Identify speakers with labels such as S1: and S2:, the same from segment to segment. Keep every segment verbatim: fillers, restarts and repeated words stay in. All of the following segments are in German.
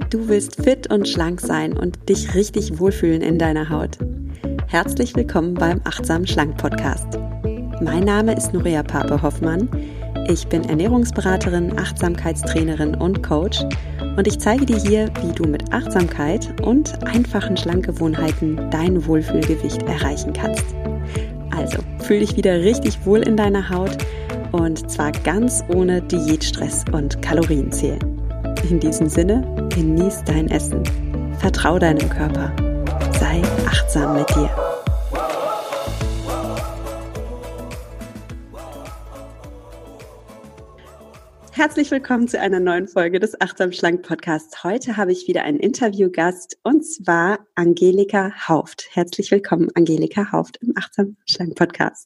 S1: Du willst fit und schlank sein und dich richtig wohlfühlen in deiner Haut. Herzlich willkommen beim Achtsam Schlank Podcast. Mein Name ist Nuria Pape-Hoffmann. Ich bin Ernährungsberaterin, Achtsamkeitstrainerin und Coach und ich zeige dir hier, wie du mit Achtsamkeit und einfachen Schlankgewohnheiten dein Wohlfühlgewicht erreichen kannst. Also, fühl dich wieder richtig wohl in deiner Haut und zwar ganz ohne Diätstress und Kalorienzählen. In diesem Sinne, genieß dein Essen, vertrau deinem Körper, sei achtsam mit dir. Herzlich willkommen zu einer neuen Folge des Achtsam Schlank Podcasts. Heute habe ich wieder einen Interviewgast und zwar Angelika Hauft. Herzlich willkommen, Angelika Hauft im Achtsam Schlank Podcast.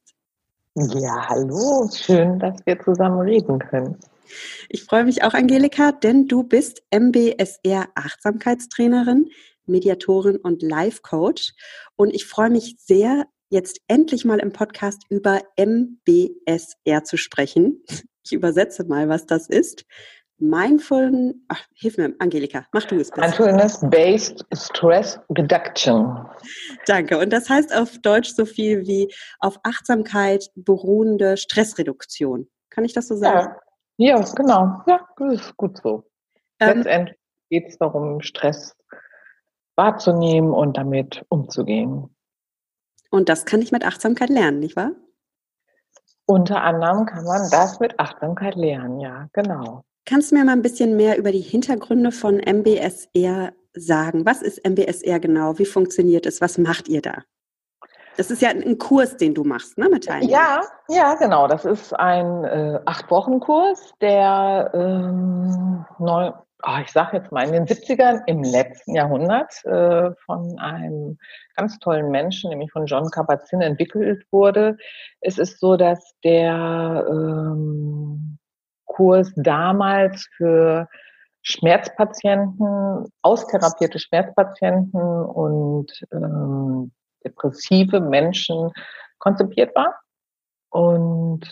S2: Ja, hallo, schön, dass wir zusammen reden können.
S1: Ich freue mich auch, Angelika, denn du bist M B S R-Achtsamkeitstrainerin, Mediatorin und Life-Coach. Und ich freue mich sehr, jetzt endlich mal im Podcast über M B S R zu sprechen. Ich übersetze mal, was das ist. Mindful, ach, hilf mir, Angelika, mach du es bitte.
S2: Mindfulness-Based Stress Reduction.
S1: Danke. Und das heißt auf Deutsch so viel wie auf Achtsamkeit beruhende Stressreduktion. Kann ich das so sagen?
S2: Ja, ja, genau. Ja, das ist gut so.
S1: Ähm,
S2: Letztendlich geht es darum, Stress wahrzunehmen und damit umzugehen.
S1: Und das kann ich mit Achtsamkeit lernen, nicht wahr?
S2: Unter anderem kann man das mit Achtsamkeit lernen, ja, genau.
S1: Kannst du mir mal ein bisschen mehr über die Hintergründe von M B S R sagen? Was ist M B S R genau? Wie funktioniert es? Was macht ihr da? Das ist ja ein Kurs, den du machst, ne, mit Teilnehmern.
S2: Ja, ja, genau. Das ist ein äh, acht-Wochen-Kurs, der ähm, neu, oh, ich sage jetzt mal in den siebzigern im letzten Jahrhundert äh, von einem ganz tollen Menschen, nämlich von Jon Kabat-Zinn, entwickelt wurde. Es ist so, dass der ähm, Kurs damals für Schmerzpatienten, austherapierte Schmerzpatienten und ähm, depressive Menschen konzipiert war. Und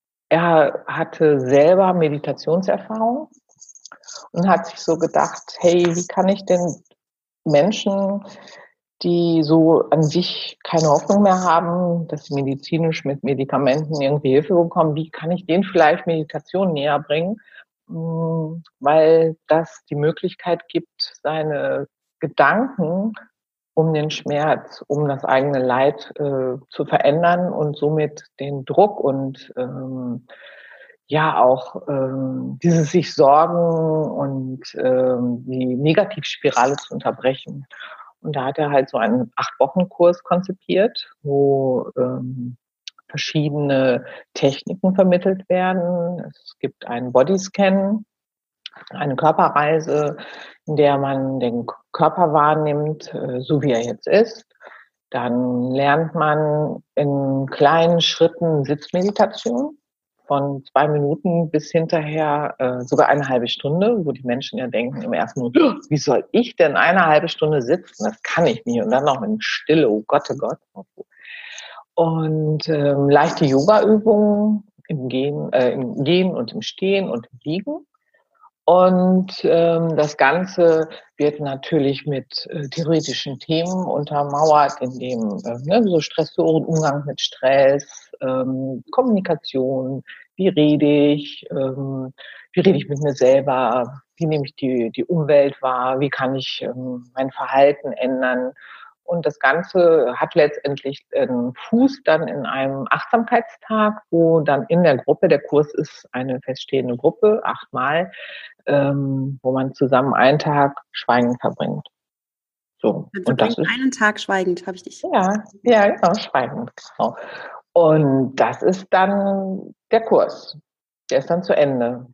S2: er hatte selber Meditationserfahrung und hat sich so gedacht, hey, wie kann ich denn Menschen, die so an sich keine Hoffnung mehr haben, dass sie medizinisch mit Medikamenten irgendwie Hilfe bekommen, wie kann ich denen vielleicht Meditation näher bringen? Weil das die Möglichkeit gibt, seine Gedanken um den Schmerz, um das eigene Leid äh, zu verändern und somit den Druck und ähm, ja auch ähm, dieses sich Sorgen und ähm, die Negativspirale zu unterbrechen. Und da hat er halt so einen Acht-Wochen-Kurs konzipiert, wo ähm, verschiedene Techniken vermittelt werden. Es gibt einen Bodyscan, eine Körperreise, in der man den Körper wahrnimmt, so wie er jetzt ist. Dann lernt man in kleinen Schritten Sitzmeditation von zwei Minuten bis hinterher äh, sogar eine halbe Stunde, wo die Menschen ja denken im ersten Moment, wie soll ich denn eine halbe Stunde sitzen? Das kann ich nicht. Und dann noch in Stille, oh Gott, oh Gott. Und ähm, leichte Yoga-Übungen im Gehen, äh, im Gehen und im Stehen und im Liegen. Und ähm, das Ganze wird natürlich mit äh, theoretischen Themen untermauert, indem äh, ne, so Stressoren, Umgang mit Stress, ähm, Kommunikation, wie rede ich, ähm, wie rede ich mit mir selber, wie nehme ich die, die Umwelt wahr, wie kann ich ähm, mein Verhalten ändern. Und das Ganze hat letztendlich einen Fuß dann in einem Achtsamkeitstag, wo dann in der Gruppe, der Kurs ist eine feststehende Gruppe, achtmal, ähm, wo man zusammen einen Tag schweigend verbringt. So.
S1: Man
S2: Und das
S1: verbringt
S2: ist,
S1: einen Tag schweigend, habe ich dich.
S2: ja, ja, genau, schweigend, genau. Und das ist dann der Kurs. Der ist dann zu Ende.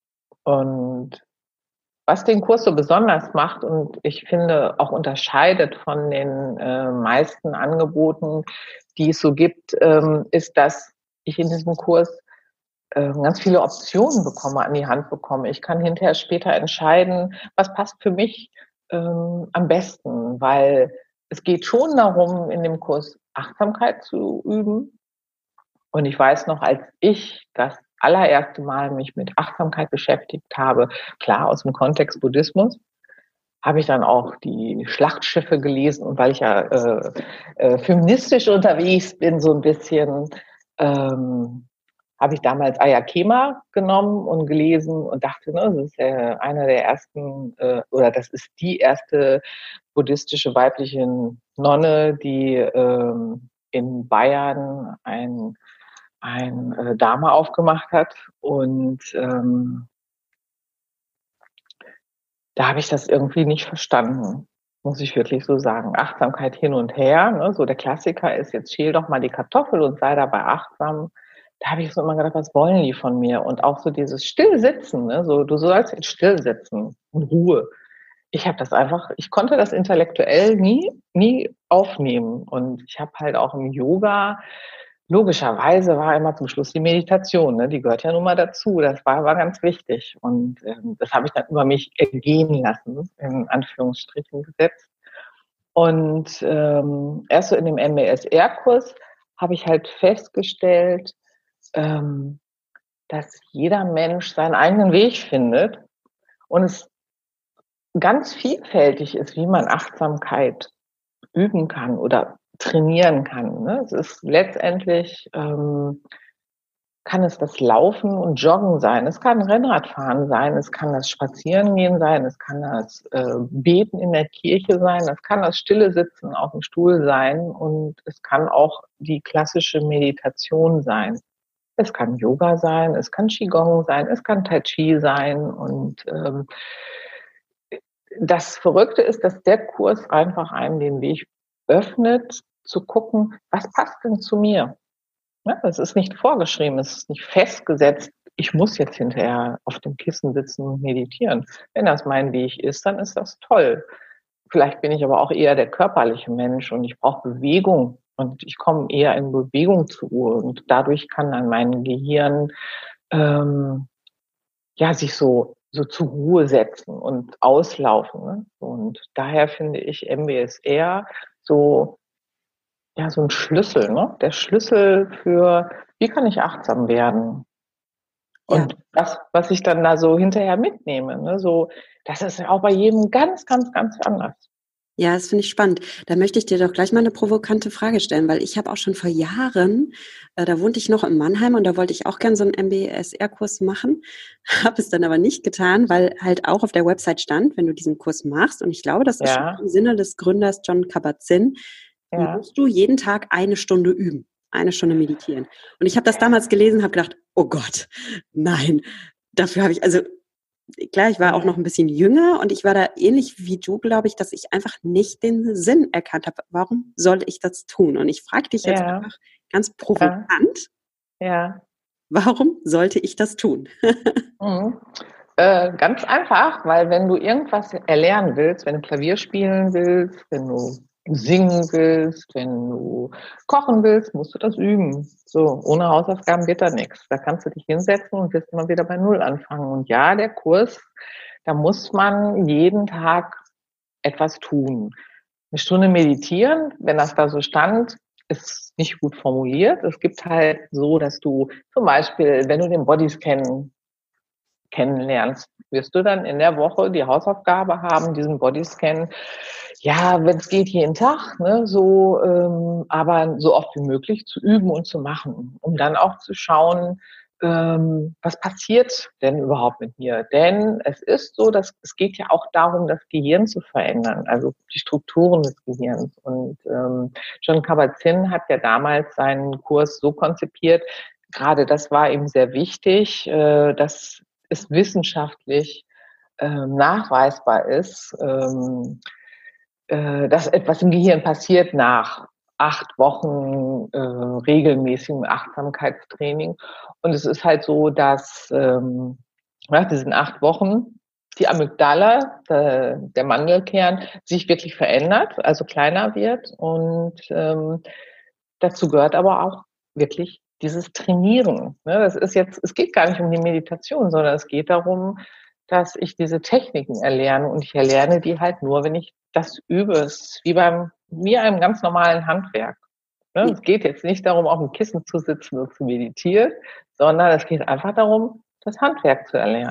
S2: Und was den Kurs so besonders macht und ich finde auch unterscheidet von den äh, meisten Angeboten, die es so gibt, ähm, ist, dass ich in diesem Kurs äh, ganz viele Optionen bekomme, an die Hand bekomme. Ich kann hinterher später entscheiden, was passt für mich ähm, am besten, weil es geht schon darum, in dem Kurs Achtsamkeit zu üben. Und ich weiß noch, als ich das allererste Mal mich mit Achtsamkeit beschäftigt habe, klar aus dem Kontext Buddhismus, habe ich dann auch die Schlachtschiffe gelesen. Und weil ich ja äh, äh, feministisch unterwegs bin, so ein bisschen, ähm, habe ich damals Ayakema genommen und gelesen und dachte, ne, das ist äh, einer der ersten, äh, oder das ist die erste buddhistische weibliche Nonne, die ähm, in Bayern ein, ein äh, Dharma aufgemacht hat. Und ähm, da habe ich das irgendwie nicht verstanden, muss ich wirklich so sagen. Achtsamkeit hin und her, ne? So der Klassiker ist, jetzt schäl doch mal die Kartoffel und sei dabei achtsam. Da habe ich so immer gedacht, was wollen die von mir? Und auch so dieses Stillsitzen, ne? So, du sollst jetzt still sitzen, in Ruhe. Ich habe das einfach, ich konnte das intellektuell nie, nie aufnehmen. Und ich habe halt auch im Yoga, logischerweise war immer zum Schluss die Meditation, ne? Die gehört ja nun mal dazu. Das war, war ganz wichtig. Und ähm, das habe ich dann über mich ergehen lassen, in Anführungsstrichen gesetzt. Und ähm, erst so in dem M B S R-Kurs habe ich halt festgestellt, ähm, dass jeder Mensch seinen eigenen Weg findet und es ganz vielfältig ist, wie man Achtsamkeit üben kann oder trainieren kann. Ne? Es ist letztendlich, ähm, kann es das Laufen und Joggen sein, es kann Rennradfahren sein, es kann das Spazierengehen sein, es kann das äh, Beten in der Kirche sein, es kann das stille Sitzen auf dem Stuhl sein und es kann auch die klassische Meditation sein. Es kann Yoga sein, es kann Qigong sein, es kann Tai Chi sein und ähm, das Verrückte ist, dass der Kurs einfach einem den Weg öffnet, zu gucken, was passt denn zu mir? Ja, es ist nicht vorgeschrieben, es ist nicht festgesetzt, ich muss jetzt hinterher auf dem Kissen sitzen und meditieren. Wenn das mein Weg ist, dann ist das toll. Vielleicht bin ich aber auch eher der körperliche Mensch und ich brauche Bewegung und ich komme eher in Bewegung zur Ruhe und dadurch kann dann mein Gehirn ähm, ja sich so so zur Ruhe setzen und auslaufen. Ne? Und daher finde ich M B S R so ja so ein Schlüssel, ne? Der Schlüssel für wie kann ich achtsam werden?
S1: Ja.
S2: Und was was ich dann da so hinterher mitnehme, ne? So, das ist ja auch bei jedem ganz, ganz, ganz anders.
S1: Ja, das finde ich spannend. Da möchte ich dir doch gleich mal eine provokante Frage stellen, weil ich habe auch schon vor Jahren, äh, da wohnte ich noch in Mannheim und da wollte ich auch gern so einen M B S R-Kurs machen, habe es dann aber nicht getan, weil halt auch auf der Website stand, wenn du diesen Kurs machst, und ich glaube, das ist schon
S2: Ja,
S1: im Sinne des Gründers Jon Kabat-Zinn,
S2: ja,
S1: musst du jeden Tag eine Stunde üben, eine Stunde meditieren. Und ich habe das damals gelesen, habe gedacht, oh Gott, nein, dafür habe ich, also klar, ich war auch noch
S2: ja,
S1: ein bisschen jünger und ich war da ähnlich wie du, glaube ich, dass ich einfach nicht den Sinn erkannt habe. Warum soll ich das tun? Und ich frage dich jetzt
S2: ja,
S1: einfach ganz
S2: ja,
S1: provokant,
S2: ja.
S1: warum sollte ich das tun?
S2: Mhm. Äh, ganz einfach, weil wenn du irgendwas erlernen willst, wenn du Klavier spielen willst, wenn du singen willst, wenn du kochen willst, musst du das üben. So, ohne Hausaufgaben wird da nichts. Da kannst du dich hinsetzen und wirst immer wieder bei Null anfangen. Und ja, der Kurs, da muss man jeden Tag etwas tun. Eine Stunde meditieren, wenn das da so stand, ist nicht gut formuliert. Es gibt halt so, dass du zum Beispiel, wenn du den Bodyscan kennenlernst, wirst du dann in der Woche die Hausaufgabe haben, diesen Bodyscan, ja, wenn es geht, jeden Tag, ne, so, ähm, aber so oft wie möglich zu üben und zu machen, um dann auch zu schauen, ähm, was passiert denn überhaupt mit mir? Denn es ist so, dass es geht ja auch darum, das Gehirn zu verändern, also die Strukturen des Gehirns. Und ähm, Jon Kabat-Zinn hat ja damals seinen Kurs so konzipiert, gerade das war ihm sehr wichtig, äh, dass es wissenschaftlich ähm, nachweisbar ist, ähm, äh, dass etwas im Gehirn passiert nach acht Wochen äh, regelmäßigem Achtsamkeitstraining. Und es ist halt so, dass ähm, nach diesen acht Wochen die Amygdala, äh, der Mandelkern, sich wirklich verändert, also kleiner wird. Und ähm, dazu gehört aber auch wirklich dieses Trainieren. Ne? Das ist jetzt, es geht gar nicht um die Meditation, sondern es geht darum, dass ich diese Techniken erlerne und ich erlerne die halt nur, wenn ich das übe. Es ist wie beim, wie einem ganz normalen Handwerk. Ne? Es geht jetzt nicht darum, auf dem Kissen zu sitzen und zu meditieren, sondern es geht einfach darum, das Handwerk zu erlernen.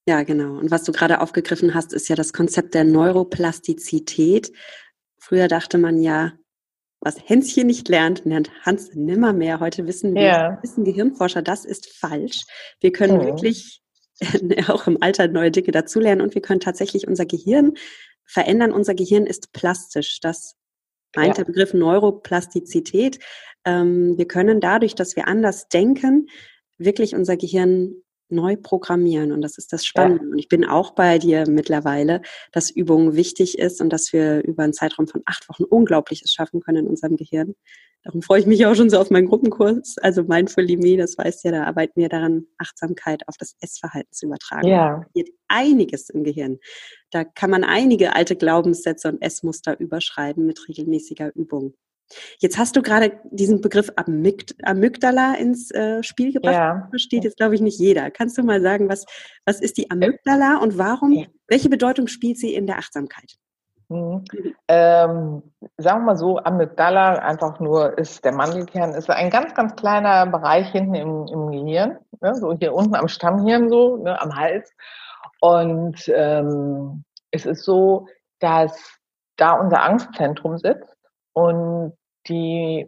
S1: Ja, genau. Und was du gerade aufgegriffen hast, ist ja das Konzept der Neuroplastizität. Früher dachte man ja, was Hänschen nicht lernt, lernt Hans nimmermehr. Heute wissen wir,
S2: Ja.
S1: wissen Gehirnforscher, das ist falsch. Wir können
S2: Mhm.
S1: wirklich auch im Alter neue Dinge dazulernen und wir können tatsächlich unser Gehirn verändern. Unser Gehirn ist plastisch. Das meint der
S2: Ja.
S1: Begriff Neuroplastizität. Ähm, wir können dadurch, dass wir anders denken, wirklich unser Gehirn neu programmieren. Und das ist das Spannende.
S2: Ja.
S1: Und ich bin auch bei dir mittlerweile, dass Übung wichtig ist und dass wir über einen Zeitraum von acht Wochen Unglaubliches schaffen können in unserem Gehirn. Darum freue ich mich auch schon so auf meinen Gruppenkurs. Also Mindfully Me, das weißt ja, da arbeiten wir daran, Achtsamkeit auf das Essverhalten zu übertragen.
S2: Ja.
S1: Da passiert einiges im Gehirn. Da kann man einige alte Glaubenssätze und Essmuster überschreiben mit regelmäßiger Übung. Jetzt hast du gerade diesen Begriff Amyg- Amygdala ins äh, Spiel gebracht.
S2: Ja.
S1: Das versteht jetzt, glaube ich, nicht jeder. Kannst du mal sagen, was, was ist die Amygdala und warum,
S2: Ja.
S1: welche Bedeutung spielt sie in der Achtsamkeit?
S2: Mhm. Ähm, sagen wir mal so, Amygdala einfach nur ist der Mandelkern, ist ein ganz, ganz kleiner Bereich hinten im, im Gehirn, ne, so hier unten am Stammhirn, so ne, am Hals. Und ähm, es ist so, dass da unser Angstzentrum sitzt und die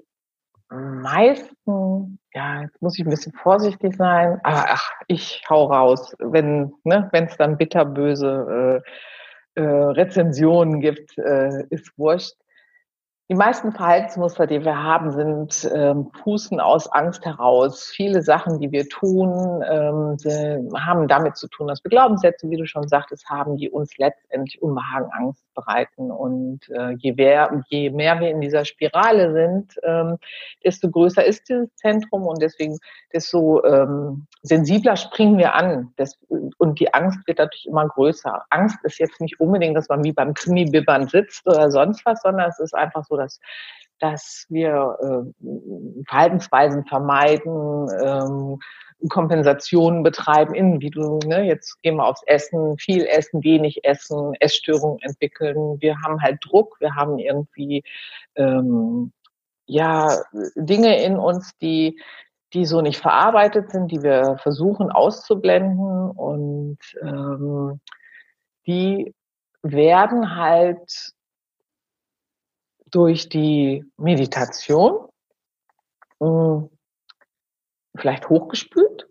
S2: meisten, ja, jetzt muss ich ein bisschen vorsichtig sein, aber ach, ich hau raus, wenn ne, wenn es dann bitterböse äh, äh, Rezensionen gibt, äh, ist wurscht. Die meisten Verhaltensmuster, die wir haben, sind ähm, fußen aus Angst heraus. Viele Sachen, die wir tun, ähm, sie, haben damit zu tun, dass wir Glaubenssätze, wie du schon sagtest, haben, die uns letztendlich Unbehagen, Angst bereiten. Und äh, je, mehr, je mehr wir in dieser Spirale sind, ähm, desto größer ist dieses Zentrum und deswegen desto ähm, sensibler springen wir an. Das, und die Angst wird dadurch immer größer. Angst ist jetzt nicht unbedingt, dass man wie beim Krimi-Bibbern sitzt oder sonst was, sondern es ist einfach so, dass, dass wir äh, Verhaltensweisen vermeiden, ähm, Kompensationen betreiben, in, wie du, ne, jetzt gehen wir aufs Essen, viel essen, wenig essen, Essstörungen entwickeln. Wir haben halt Druck, wir haben irgendwie ähm, ja Dinge in uns, die die so nicht verarbeitet sind, die wir versuchen auszublenden und ähm, die werden halt durch die Meditation mh, vielleicht hochgespült,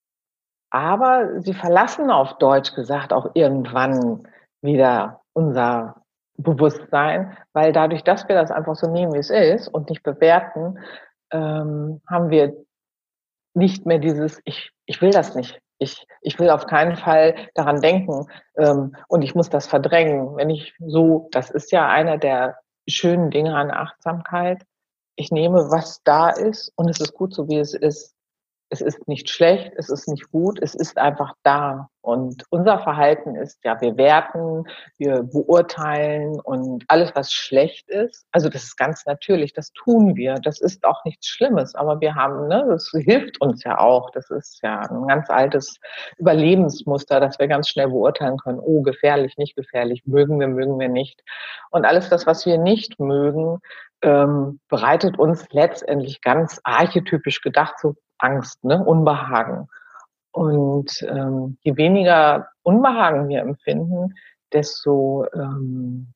S2: aber sie verlassen auf Deutsch gesagt auch irgendwann wieder unser Bewusstsein, weil dadurch, dass wir das einfach so nehmen, wie es ist und nicht bewerten, ähm, haben wir nicht mehr dieses, ich, ich will das nicht. Ich, ich will auf keinen Fall daran denken ähm, und ich muss das verdrängen. Wenn ich so, das ist ja einer der schönen Dinge an Achtsamkeit. Ich nehme, was da ist und es ist gut so, wie es ist. Es ist nicht schlecht, es ist nicht gut, es ist einfach da. Und unser Verhalten ist ja, wir werten, wir beurteilen und alles, was schlecht ist, also das ist ganz natürlich, das tun wir. Das ist auch nichts Schlimmes, aber wir haben, ne, das hilft uns ja auch. Das ist ja ein ganz altes Überlebensmuster, dass wir ganz schnell beurteilen können, oh, gefährlich, nicht gefährlich, mögen wir, mögen wir nicht. Und alles das, was wir nicht mögen, ähm, bereitet uns letztendlich ganz archetypisch gedacht so Angst, ne, Unbehagen. Und ähm, je weniger Unbehagen wir empfinden, desto ähm,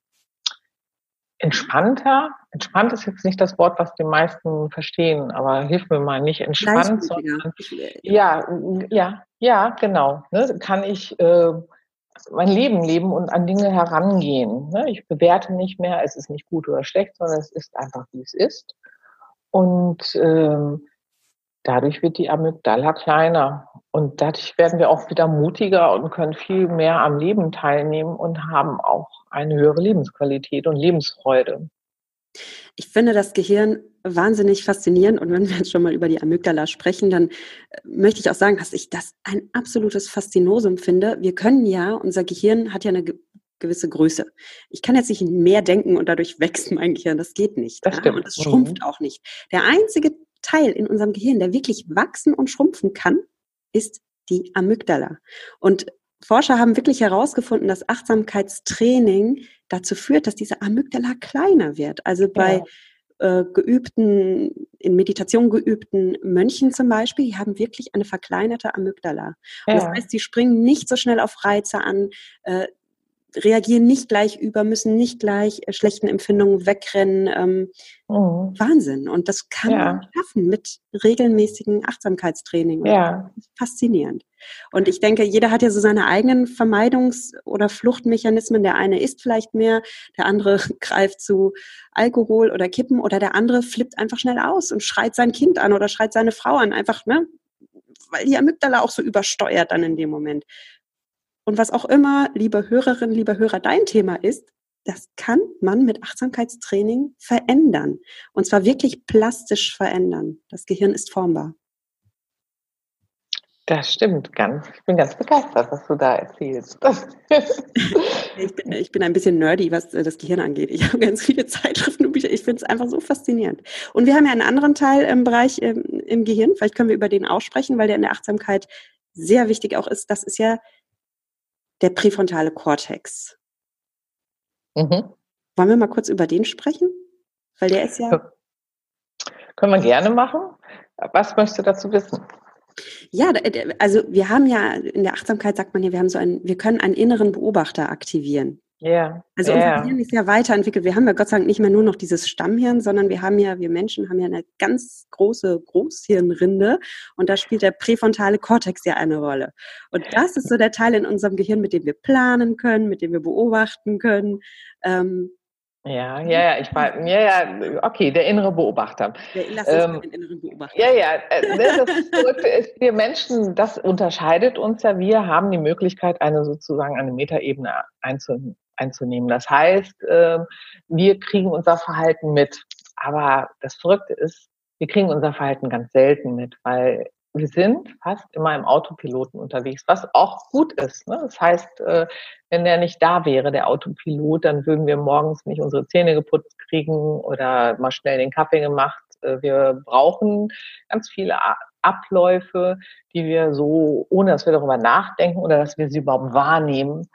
S2: entspannter. Entspannt ist jetzt nicht das Wort, was die meisten verstehen, aber hilf mir mal, nicht entspannt,
S1: Gleichgültiger.
S2: sondern ja, ja, ja, genau. Ne, kann ich äh, mein Leben leben und an Dinge herangehen. Ne? Ich bewerte nicht mehr, es ist nicht gut oder schlecht, sondern es ist einfach, wie es ist. Und ähm, dadurch wird die Amygdala kleiner und dadurch werden wir auch wieder mutiger und können viel mehr am Leben teilnehmen und haben auch eine höhere Lebensqualität und Lebensfreude.
S1: Ich finde das Gehirn wahnsinnig faszinierend und wenn wir jetzt schon mal über die Amygdala sprechen, dann möchte ich auch sagen, dass ich das ein absolutes Faszinosum finde. Wir können ja, unser Gehirn hat ja eine gewisse Größe. Ich kann jetzt nicht mehr denken und dadurch wächst mein Gehirn. Das geht nicht.
S2: Das
S1: ja?
S2: stimmt.
S1: Und das schrumpft
S2: Mhm.
S1: auch nicht. Der einzige Teil in unserem Gehirn, der wirklich wachsen und schrumpfen kann, ist die Amygdala. Und Forscher haben wirklich herausgefunden, dass Achtsamkeitstraining dazu führt, dass diese Amygdala kleiner wird. Also bei
S2: Ja.
S1: äh, geübten, in Meditation geübten Mönchen zum Beispiel, die haben wirklich eine verkleinerte Amygdala. Und das
S2: Ja.
S1: heißt, sie springen nicht so schnell auf Reize an, äh, reagieren nicht gleich über, müssen nicht gleich äh, schlechten Empfindungen wegrennen. Ähm,
S2: Mhm.
S1: Wahnsinn. Und das kann
S2: Ja.
S1: man schaffen mit regelmäßigen Achtsamkeitstraining. Und
S2: Ja.
S1: das ist faszinierend. Und ich denke, jeder hat ja so seine eigenen Vermeidungs- oder Fluchtmechanismen. Der eine isst vielleicht mehr, der andere greift zu Alkohol oder Kippen oder der andere flippt einfach schnell aus und schreit sein Kind an oder schreit seine Frau an. Einfach, ne? Weil die Amygdala auch so übersteuert dann in dem Moment. Und was auch immer, liebe Hörerin, lieber Hörer, dein Thema ist, das kann man mit Achtsamkeitstraining verändern. Und zwar wirklich plastisch verändern. Das Gehirn ist formbar.
S2: Das stimmt ganz. Ich bin ganz begeistert, was du da erzählst.
S1: Ich bin, ich bin ein bisschen nerdy, was das Gehirn angeht. Ich habe ganz viele Zeitschriften und Bücher. Ich finde es einfach so faszinierend. Und wir haben ja einen anderen Teil im Bereich ähm, im Gehirn. Vielleicht können wir über den auch sprechen, weil der in der Achtsamkeit sehr wichtig auch ist. Das ist ja der präfrontale Kortex. Mhm. Wollen wir mal kurz über den sprechen? Weil der ist ja...
S2: Können wir gerne machen. Was möchtest du dazu wissen?
S1: Ja, also wir haben ja, in der Achtsamkeit sagt man ja, wir haben so einen, wir können einen inneren Beobachter aktivieren.
S2: Ja. Yeah.
S1: Also
S2: yeah.
S1: unser Gehirn ist ja weiterentwickelt. Wir haben ja Gott sei Dank nicht mehr nur noch dieses Stammhirn, sondern wir haben ja, wir Menschen haben ja eine ganz große Großhirnrinde und da spielt der präfrontale Kortex ja eine Rolle. Und das ist so der Teil in unserem Gehirn, mit dem wir planen können, mit dem wir beobachten können. Ähm,
S2: Ja, ja, ja, ich war, ja, ja, okay, der innere Beobachter.
S1: Der, lass uns ähm, den inneren Beobachter.
S2: Ja, ja, das Verrückte ist, wir Menschen, das unterscheidet uns ja, wir haben die Möglichkeit, eine sozusagen eine Metaebene einzunehmen. Das heißt, wir kriegen unser Verhalten mit, aber das Verrückte ist, wir kriegen unser Verhalten ganz selten mit, weil wir sind fast immer im Autopiloten unterwegs, was auch gut ist. Ne? Das heißt, wenn der nicht da wäre, der Autopilot, dann würden wir morgens nicht unsere Zähne geputzt kriegen oder mal schnell den Kaffee gemacht. Wir brauchen ganz viele Abläufe, die wir so, ohne dass wir darüber nachdenken oder dass wir sie überhaupt wahrnehmen,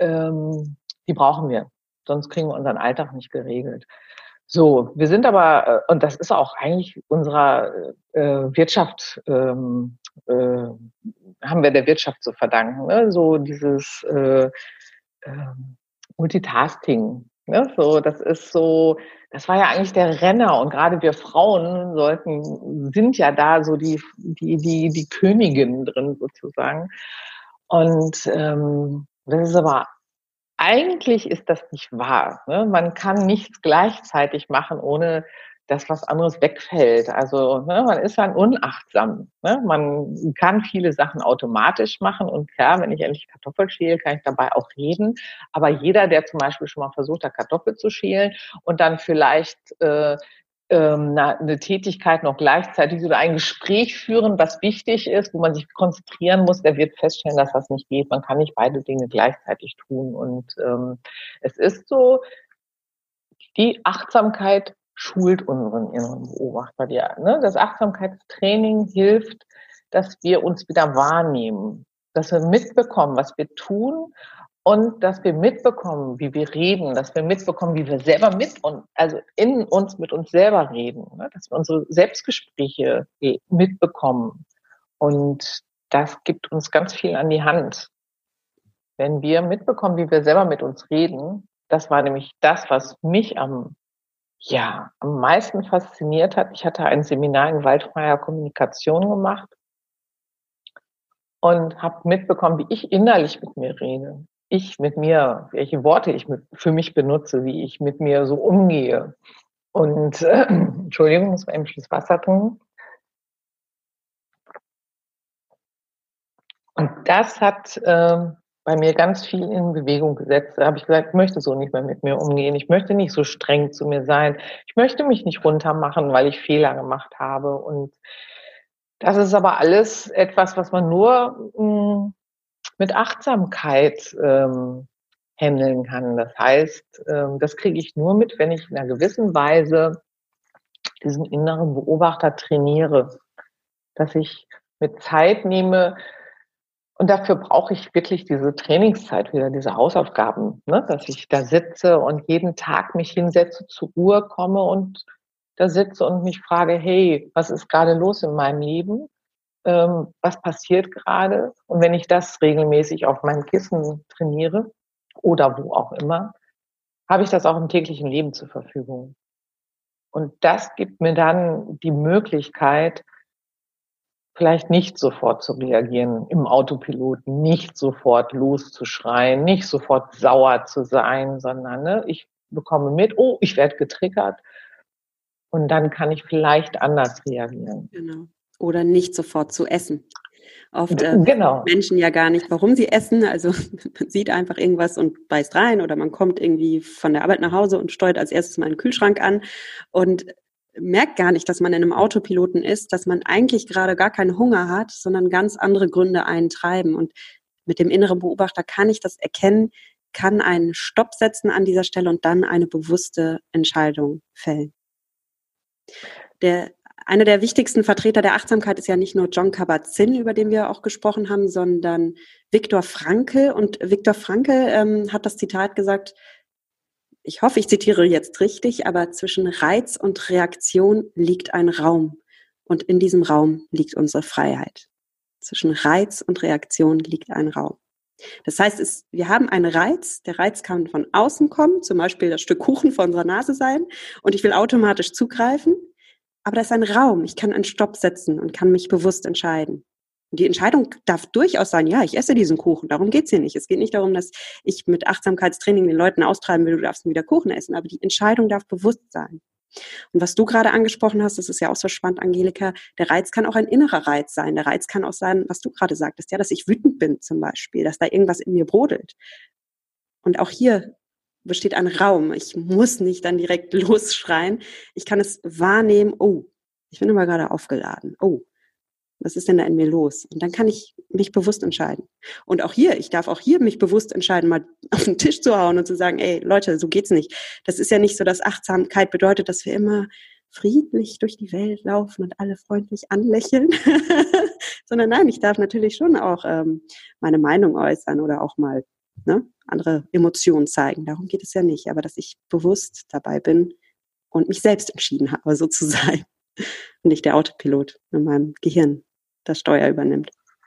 S2: die brauchen wir. Sonst kriegen wir unseren Alltag nicht geregelt. So, wir sind aber, und das ist auch eigentlich unserer äh, Wirtschaft, ähm, äh, haben wir der Wirtschaft zu verdanken, ne? So dieses äh, äh, Multitasking, ne? So, das ist so, das war ja eigentlich der Renner und gerade wir Frauen sollten, sind ja da so die, die, die, die Königinnen drin sozusagen. Und ähm, das ist aber eigentlich ist das nicht wahr. Ne? Man kann nichts gleichzeitig machen, ohne dass was anderes wegfällt. Also ne, man ist dann unachtsam. Ne? Man kann viele Sachen automatisch machen und klar, wenn ich endlich Kartoffel schäle, kann ich dabei auch reden. Aber jeder, der zum Beispiel schon mal versucht hat, Kartoffel zu schälen und dann vielleicht äh, eine Tätigkeit noch gleichzeitig oder ein Gespräch führen, was wichtig ist, wo man sich konzentrieren muss, der wird feststellen, dass das nicht geht. Man kann nicht beide Dinge gleichzeitig tun. Und ähm, es ist so, die Achtsamkeit schult unseren inneren Beobachter. Die, ne? Das Achtsamkeitstraining hilft, dass wir uns wieder wahrnehmen, dass wir mitbekommen, was wir tun, und dass wir mitbekommen, wie wir reden, dass wir mitbekommen, wie wir selber mit uns, also in uns mit uns selber reden, ne? Dass wir unsere Selbstgespräche mitbekommen. Und das gibt uns ganz viel an die Hand. Wenn wir mitbekommen, wie wir selber mit uns reden, das war nämlich das, was mich am, ja, am meisten fasziniert hat. Ich hatte ein Seminar in gewaltfreier Kommunikation gemacht und habe mitbekommen, wie ich innerlich mit mir rede. Ich mit mir, welche Worte ich mit, für mich benutze, wie ich mit mir so umgehe. Und, äh, Entschuldigung, muss man ein Schluss Wasser trinken. Und das hat äh, bei mir ganz viel in Bewegung gesetzt. Da habe ich gesagt, ich möchte so nicht mehr mit mir umgehen. Ich möchte nicht so streng zu mir sein. Ich möchte mich nicht runtermachen, weil ich Fehler gemacht habe. Und das ist aber alles etwas, was man nur mh, mit Achtsamkeit ähm, handeln kann. Das heißt, ähm, das kriege ich nur mit, wenn ich in einer gewissen Weise diesen inneren Beobachter trainiere, dass ich mir Zeit nehme, und dafür brauche ich wirklich diese Trainingszeit wieder, diese Hausaufgaben, ne? Dass ich da sitze und jeden Tag mich hinsetze, zur Ruhe komme und da sitze und mich frage, hey, was ist gerade los in meinem Leben? Ähm, was passiert gerade? Und wenn ich das regelmäßig auf meinem Kissen trainiere oder wo auch immer, habe ich das auch im täglichen Leben zur Verfügung. Und das gibt mir dann die Möglichkeit, vielleicht nicht sofort zu reagieren im Autopiloten, nicht sofort loszuschreien, nicht sofort sauer zu sein, sondern ne, ich bekomme mit, oh, ich werde getriggert und dann kann ich vielleicht anders reagieren.
S1: Genau. Oder nicht sofort zu essen. Oft äh,
S2: genau.
S1: Menschen ja gar nicht, warum sie essen. Also man sieht einfach irgendwas und beißt rein oder man kommt irgendwie von der Arbeit nach Hause und steuert als erstes mal einen Kühlschrank an und merkt gar nicht, dass man in einem Autopiloten ist, dass man eigentlich gerade gar keinen Hunger hat, sondern ganz andere Gründe einen treiben. Und mit dem inneren Beobachter kann ich das erkennen, kann einen Stopp setzen an dieser Stelle und dann eine bewusste Entscheidung fällen. Der Einer der wichtigsten Vertreter der Achtsamkeit ist ja nicht nur Jon Kabat-Zinn, über den wir auch gesprochen haben, sondern Viktor Frankl. Und Viktor Frankl ähm, hat das Zitat gesagt, ich hoffe, ich zitiere jetzt richtig, aber zwischen Reiz und Reaktion liegt ein Raum. Und in diesem Raum liegt unsere Freiheit. Zwischen Reiz und Reaktion liegt ein Raum. Das heißt, es, wir haben einen Reiz. Der Reiz kann von außen kommen, zum Beispiel das Stück Kuchen vor unserer Nase sein. Und ich will automatisch zugreifen. Aber da ist ein Raum. Ich kann einen Stopp setzen und kann mich bewusst entscheiden. Und die Entscheidung darf durchaus sein, ja, ich esse diesen Kuchen. Darum geht's hier nicht. Es geht nicht darum, dass ich mit Achtsamkeitstraining den Leuten austreiben will, du darfst wieder Kuchen essen. Aber die Entscheidung darf bewusst sein. Und was du gerade angesprochen hast, das ist ja auch so spannend, Angelika, der Reiz kann auch ein innerer Reiz sein. Der Reiz kann auch sein, was du gerade sagtest, ja, dass ich wütend bin zum Beispiel, dass da irgendwas in mir brodelt. Und auch hier besteht ein Raum. Ich muss nicht dann direkt losschreien. Ich kann es wahrnehmen, oh, ich bin immer gerade aufgeladen. Oh, was ist denn da in mir los? Und dann kann ich mich bewusst entscheiden. Und auch hier, ich darf auch hier mich bewusst entscheiden, mal auf den Tisch zu hauen und zu sagen, ey, Leute, so geht's nicht. Das ist ja nicht so, dass Achtsamkeit bedeutet, dass wir immer friedlich durch die Welt laufen und alle freundlich anlächeln. Sondern nein, ich darf natürlich schon auch ähm, meine Meinung äußern oder auch mal ne, andere Emotionen zeigen. Darum geht es ja nicht. Aber dass ich bewusst dabei bin und mich selbst entschieden habe, so zu sein. Und nicht der Autopilot in meinem Gehirn das Steuer übernimmt.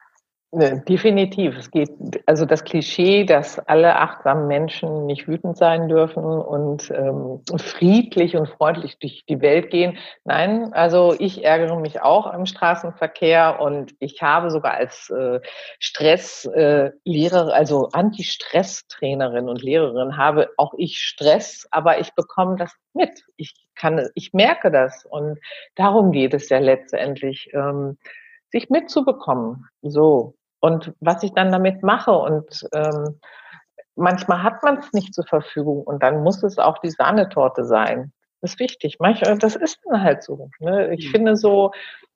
S2: Definitiv. Es geht, also das Klischee, dass alle achtsamen Menschen nicht wütend sein dürfen und ähm, friedlich und freundlich durch die Welt gehen. Nein, also ich ärgere mich auch im Straßenverkehr und ich habe sogar als äh, Stresslehrerin, äh, also Anti-Stress-Trainerin und Lehrerin, habe auch ich Stress, aber ich bekomme das mit. Ich kann, ich merke das und darum geht es ja letztendlich, ähm, sich mitzubekommen. So. Und was ich dann damit mache und ähm, manchmal hat man es nicht zur Verfügung und dann muss es auch die Sahnetorte sein. Das ist wichtig. Manchmal, das ist dann halt so. Ne? Ich mhm. finde so,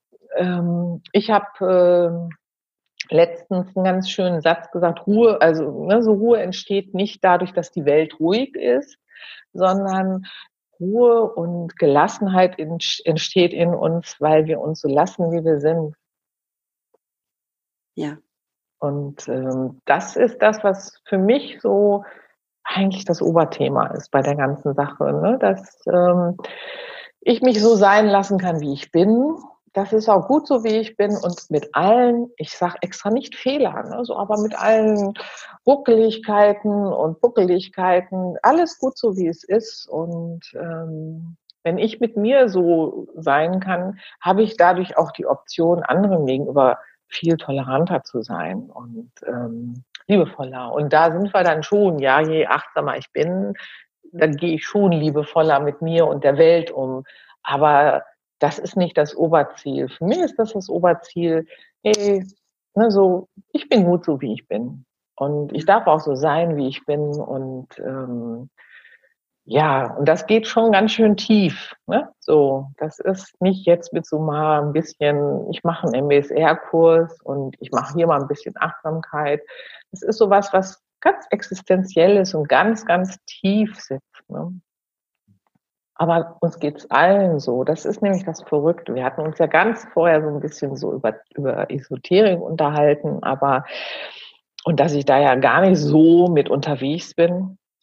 S2: ähm, ich habe äh, letztens einen ganz schönen Satz gesagt, Ruhe, also ne, so Ruhe entsteht nicht dadurch, dass die Welt ruhig ist, sondern Ruhe und Gelassenheit entsteht in uns, weil wir uns so lassen, wie wir sind.
S1: Ja.
S2: Und ähm, das ist das, was für mich so eigentlich das Oberthema ist bei der ganzen Sache, ne? Dass ähm, ich mich so sein lassen kann, wie ich bin. Das ist auch gut so, wie ich bin und mit allen, ich sage extra nicht Fehler, ne? So, aber mit allen Ruckeligkeiten und Buckeligkeiten, alles gut so, wie es ist. Und ähm, wenn ich mit mir so sein kann, habe ich dadurch auch die Option, anderen gegenüber viel toleranter zu sein und ähm, liebevoller. Und da sind wir dann schon, ja, je achtsamer ich bin, dann gehe ich schon liebevoller mit mir und der Welt um. Aber das ist nicht das Oberziel. Für mich ist das das Oberziel, hey, ne, so, ich bin gut so, wie ich bin. Und ich darf auch so sein, wie ich bin. Und ähm, ja, und das geht schon ganz schön tief. Ne? So, das ist nicht jetzt mit so mal ein bisschen, ich mache einen M B S R-Kurs und ich mache hier mal ein bisschen Achtsamkeit. Das ist sowas, was ganz existenziell ist und ganz, ganz tief sitzt. Ne? Aber uns geht's allen so. Das ist nämlich das Verrückte. Wir hatten uns ja ganz vorher so ein bisschen so über, über Esoterik unterhalten, aber und dass ich da ja gar nicht so mit unterwegs bin.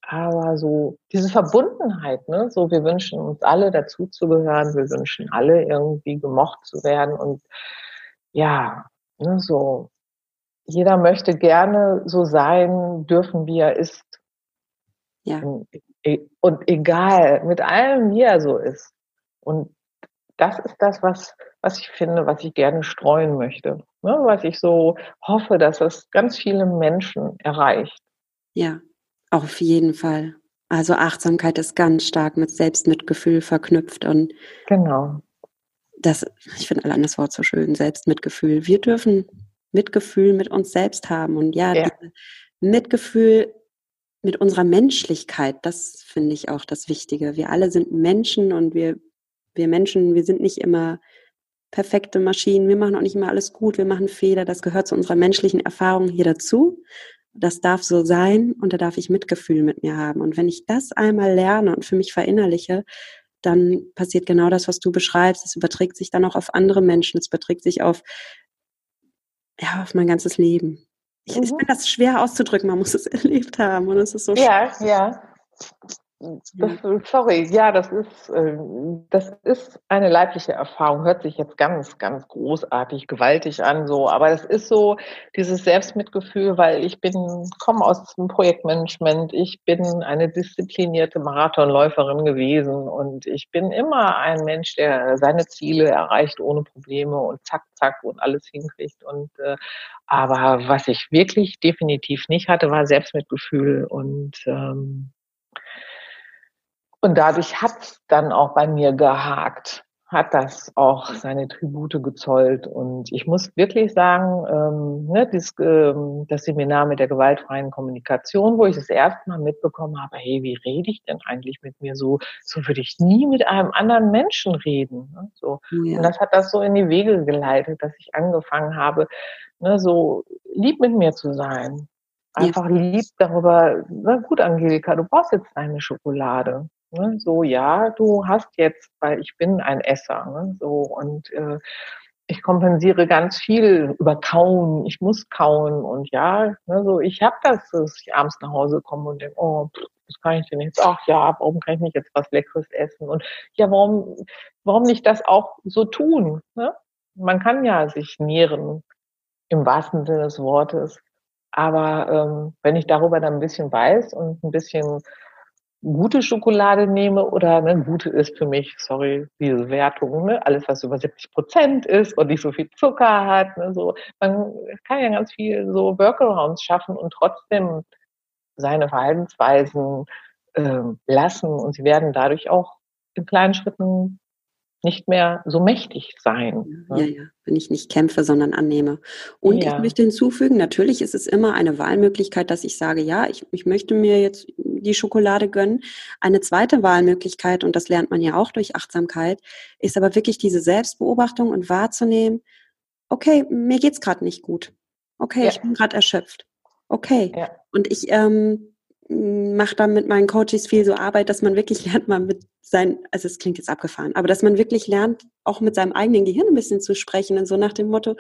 S2: aber so diese Verbundenheit, ne? So, wir wünschen uns alle dazuzugehören, wir wünschen alle irgendwie gemocht zu werden und ja, ne, so jeder möchte gerne so sein dürfen, wie er ist.
S1: Ja.
S2: Und, e und egal, mit allem, wie er so ist. Und das ist das, was was ich finde, was ich gerne streuen möchte, ne? Was ich so hoffe, dass es ganz viele Menschen erreicht.
S1: Ja, auf jeden Fall. Also Achtsamkeit ist ganz stark mit Selbstmitgefühl verknüpft und
S2: Genau.
S1: das, ich finde allein das Wort so schön, Selbstmitgefühl. Wir dürfen Mitgefühl mit uns selbst haben und ja,
S2: Ja,
S1: dieses Mitgefühl mit unserer Menschlichkeit, das finde ich auch das Wichtige. Wir alle sind Menschen und wir, wir Menschen, wir sind nicht immer perfekte Maschinen, wir machen auch nicht immer alles gut, wir machen Fehler, das gehört zu unserer menschlichen Erfahrung hier dazu. Das darf so sein und da darf ich Mitgefühl mit mir haben. Und wenn ich das einmal lerne und für mich verinnerliche, dann passiert genau das, was du beschreibst. Es überträgt sich dann auch auf andere Menschen, es überträgt sich auf, ja, auf mein ganzes Leben. Ich, ich
S2: mhm.
S1: finde das schwer auszudrücken, man muss es erlebt haben und es ist so schön.
S2: Ja, ja. Das,
S1: Ja.
S2: sorry, ja, das ist, äh, das ist eine leibliche Erfahrung. Hört sich jetzt ganz, ganz großartig, gewaltig an, so. Aber das ist so dieses Selbstmitgefühl, weil ich bin, komme aus dem Projektmanagement. Ich bin eine disziplinierte Marathonläuferin gewesen und ich bin immer ein Mensch, der seine Ziele erreicht ohne Probleme und zack, zack und alles hinkriegt. Und, äh, aber was ich wirklich definitiv nicht hatte, war Selbstmitgefühl und, ähm, und dadurch hat's dann auch bei mir gehakt, hat das auch seine Tribute gezollt. Und ich muss wirklich sagen, ähm, ne, dieses, ähm, das Seminar mit der gewaltfreien Kommunikation, wo ich das erste Mal mitbekommen habe, hey, wie rede ich denn eigentlich mit mir so? So würde ich nie mit einem anderen Menschen reden. Ne, so.
S1: Oh
S2: Und
S1: ja.
S2: das hat das so in die Wege geleitet, dass ich angefangen habe, ne, so lieb mit mir zu sein.
S1: Ja,
S2: Einfach lieb darüber, na gut, Angelika, du brauchst jetzt deine Schokolade. Ne, so, ja, du hast jetzt, weil ich bin ein Esser, ne, so, und äh, ich kompensiere ganz viel über Kauen. Ich muss kauen und ja, ne, so, ich habe das, dass ich abends nach Hause komme und denke, oh, pff, was kann ich denn jetzt? Ach ja, warum kann ich nicht jetzt was Leckeres essen? Und ja, warum, warum nicht das auch so tun? Ne? Man kann ja sich nähren im wahrsten Sinne des Wortes. Aber ähm, wenn ich darüber dann ein bisschen weiß und ein bisschen gute Schokolade nehme oder, ne, gute ist für mich, sorry, diese Wertung, ne, alles, was über siebzig Prozent ist und nicht so viel Zucker hat, ne, so. Man kann ja ganz viel so Workarounds schaffen und trotzdem seine Verhaltensweisen ähm, lassen und sie werden dadurch auch in kleinen Schritten nicht mehr so mächtig sein,
S1: ja,
S2: ne?
S1: ja, wenn ich nicht kämpfe, sondern annehme. Und ich
S2: Ja,
S1: möchte hinzufügen, natürlich ist es immer eine Wahlmöglichkeit, dass ich sage, ja, ich, ich möchte mir jetzt die Schokolade gönnen. Eine zweite Wahlmöglichkeit, und das lernt man ja auch durch Achtsamkeit, ist aber wirklich diese Selbstbeobachtung und wahrzunehmen, okay, mir geht's gerade nicht gut. Okay,
S2: ja,
S1: ich bin gerade erschöpft. Okay.
S2: ja,
S1: Und ich ähm, mache da mit meinen Coaches viel so Arbeit, dass man wirklich lernt, mal mit sein, also es klingt jetzt abgefahren, aber dass man wirklich lernt, auch mit seinem eigenen Gehirn ein bisschen zu sprechen und so nach dem Motto,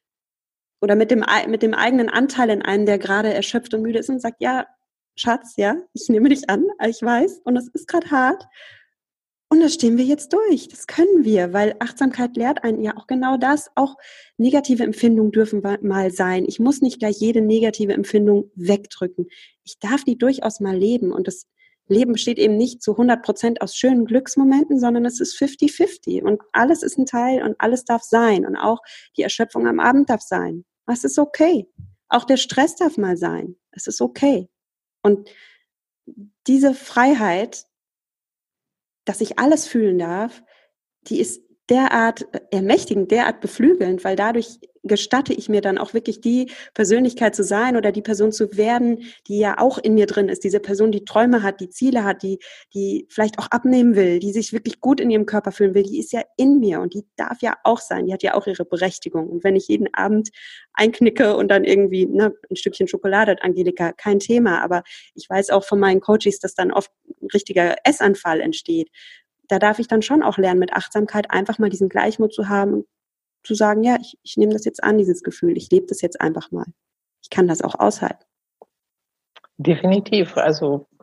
S1: oder mit dem, mit dem eigenen Anteil in einem, der gerade erschöpft und müde ist und sagt, ja, Schatz, ja, ich nehme dich an, ich weiß, und es ist gerade hart. Und das stehen wir jetzt durch. Das können wir, weil Achtsamkeit lehrt einen ja auch genau das. Auch negative Empfindungen dürfen mal sein. Ich muss nicht gleich jede negative Empfindung wegdrücken. Ich darf die durchaus mal leben. Und das Leben besteht eben nicht zu hundert Prozent aus schönen Glücksmomenten, sondern es ist fifty fifty. Und alles ist ein Teil und alles darf sein. Und auch die Erschöpfung am Abend darf sein. Es ist okay. Auch der Stress darf mal sein. Es ist okay. Und diese Freiheit, dass ich alles fühlen darf, die ist derart ermächtigend, derart beflügelnd, weil dadurch gestatte ich mir dann auch wirklich die Persönlichkeit zu sein oder die Person zu werden, die ja auch in mir drin ist. Diese Person, die Träume hat, die Ziele hat, die, die vielleicht auch abnehmen will, die sich wirklich gut in ihrem Körper fühlen will, die ist ja in mir und die darf ja auch sein. Die hat ja auch ihre Berechtigung. Und wenn ich jeden Abend einknicke und dann irgendwie ne, ein Stückchen Schokolade hat, Angelika, kein Thema. Aber ich weiß auch von meinen Coaches, dass dann oft ein richtiger Essanfall entsteht. Da darf ich dann schon auch lernen, mit Achtsamkeit einfach mal diesen Gleichmut zu haben und zu sagen, ja, ich, ich nehme das jetzt an, dieses Gefühl. Ich lebe das jetzt einfach mal. Ich kann das auch aushalten.
S2: definitiv. Also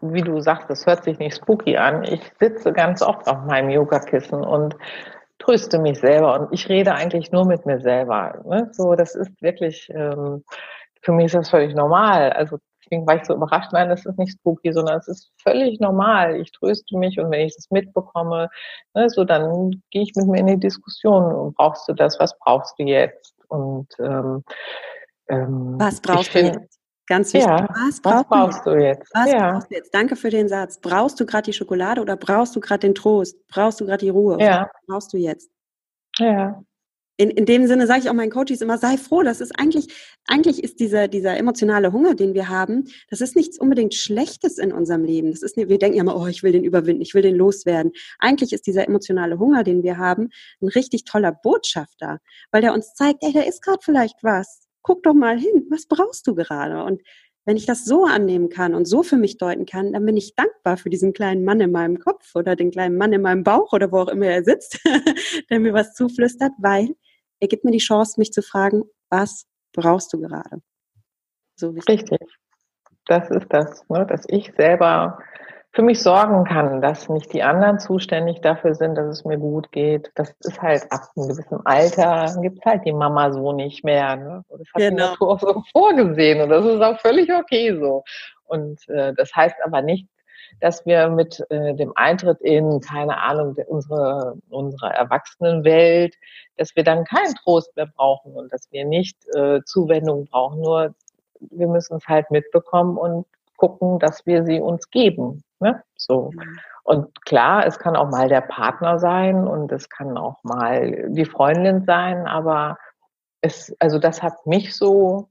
S2: wie du sagst, das hört sich nicht spooky an. Ich sitze ganz oft auf meinem Yogakissen und tröste mich selber und ich rede eigentlich nur mit mir selber. Ne? So, das ist wirklich, ähm, für mich ist das völlig normal. Also deswegen war ich so überrascht, nein, das ist nicht spooky, sondern es ist völlig normal. Ich tröste mich und wenn ich das mitbekomme, ne, so dann gehe ich mit mir in die Diskussion. Brauchst du das? Was brauchst du jetzt? Und ähm, ähm,
S1: Was
S2: ich
S1: brauchst du
S2: finde,
S1: jetzt? Ganz wichtig.
S2: ja,
S1: Was
S2: was
S1: brauchst du jetzt?
S2: brauchst du jetzt?
S1: Was
S2: Ja,
S1: brauchst du jetzt? Danke für den Satz. Brauchst du gerade die Schokolade oder brauchst du gerade den Trost? Brauchst du gerade die Ruhe? Was
S2: ja,
S1: brauchst du jetzt?
S2: ja,
S1: In, in dem Sinne sage ich auch meinen Coaches immer, sei froh, das ist eigentlich, eigentlich ist dieser, dieser emotionale Hunger, den wir haben, das ist nichts unbedingt Schlechtes in unserem Leben. Das ist, wir denken ja immer, oh, ich will den überwinden, ich will den loswerden. Eigentlich ist dieser emotionale Hunger, den wir haben, ein richtig toller Botschafter, weil der uns zeigt, ey, da ist gerade vielleicht was. Guck doch mal hin, was brauchst du gerade? Und wenn ich das so annehmen kann und so für mich deuten kann, dann bin ich dankbar für diesen kleinen Mann in meinem Kopf oder den kleinen Mann in meinem Bauch oder wo auch immer er sitzt, der mir was zuflüstert, weil er gibt mir die Chance, mich zu fragen, was brauchst du gerade? So wichtig.
S2: richtig. Das ist das, ne, dass ich selber für mich sorgen kann, dass nicht die anderen zuständig dafür sind, dass es mir gut geht. Das ist halt ab einem gewissen Alter, gibt es halt die Mama so nicht mehr. Ne? Das hat die
S1: Genau.
S2: Natur auch so vorgesehen und das ist auch völlig okay so. Und äh, das heißt aber nicht, dass wir mit äh, dem Eintritt in, keine Ahnung, unsere, unsere Erwachsenenwelt, dass wir dann keinen Trost mehr brauchen und dass wir nicht äh, Zuwendung brauchen. Nur wir müssen es halt mitbekommen und gucken, dass wir sie uns geben. Ne? So. Und klar, es kann auch mal der Partner sein und es kann auch mal die Freundin sein, aber es, also das hat mich so,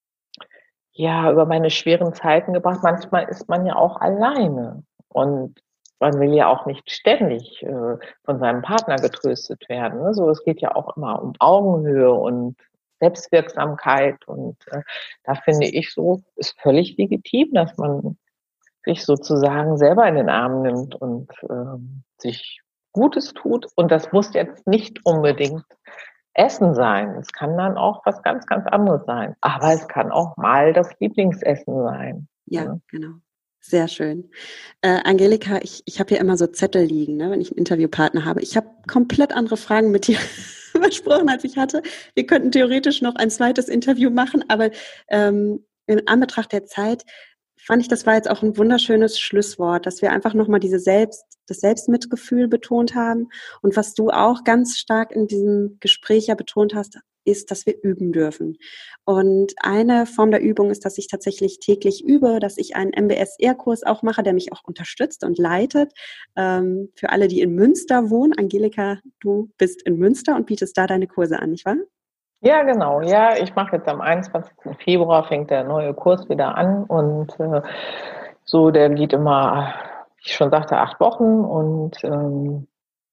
S2: ja, über meine schweren Zeiten gebracht. Manchmal ist man ja auch alleine und man will ja auch nicht ständig äh, von seinem Partner getröstet werden. Ne? So, es geht ja auch immer um Augenhöhe und Selbstwirksamkeit und äh, da finde ich so, ist völlig legitim, dass man sich sozusagen selber in den Arm nimmt und ähm, sich Gutes tut. Und das muss jetzt nicht unbedingt Essen sein. Es kann dann auch was ganz, ganz anderes sein. Aber es kann auch mal das Lieblingsessen sein.
S1: Ja,
S2: Ne?
S1: genau. Sehr schön. Äh, Angelika, ich, ich habe hier immer so Zettel liegen, ne, wenn ich einen Interviewpartner habe. Ich habe komplett andere Fragen mit dir besprochen, als ich hatte. Wir könnten theoretisch noch ein zweites Interview machen, aber ähm, in Anbetracht der Zeit fand ich, das war jetzt auch ein wunderschönes Schlusswort, dass wir einfach nochmal diese Selbst, das Selbstmitgefühl betont haben. Und was du auch ganz stark in diesem Gespräch ja betont hast, ist, dass wir üben dürfen. Und eine Form der Übung ist, dass ich tatsächlich täglich übe, dass ich einen M B S R-Kurs auch mache, der mich auch unterstützt und leitet. Ähm, für alle, die in Münster wohnen, Angelika, du bist in Münster und bietest da deine Kurse an, nicht wahr?
S2: Ja, genau. Ja, ich mache jetzt am einundzwanzigsten Februar fängt der neue Kurs wieder an und äh, so, der geht immer, wie ich schon sagte, acht Wochen und ähm,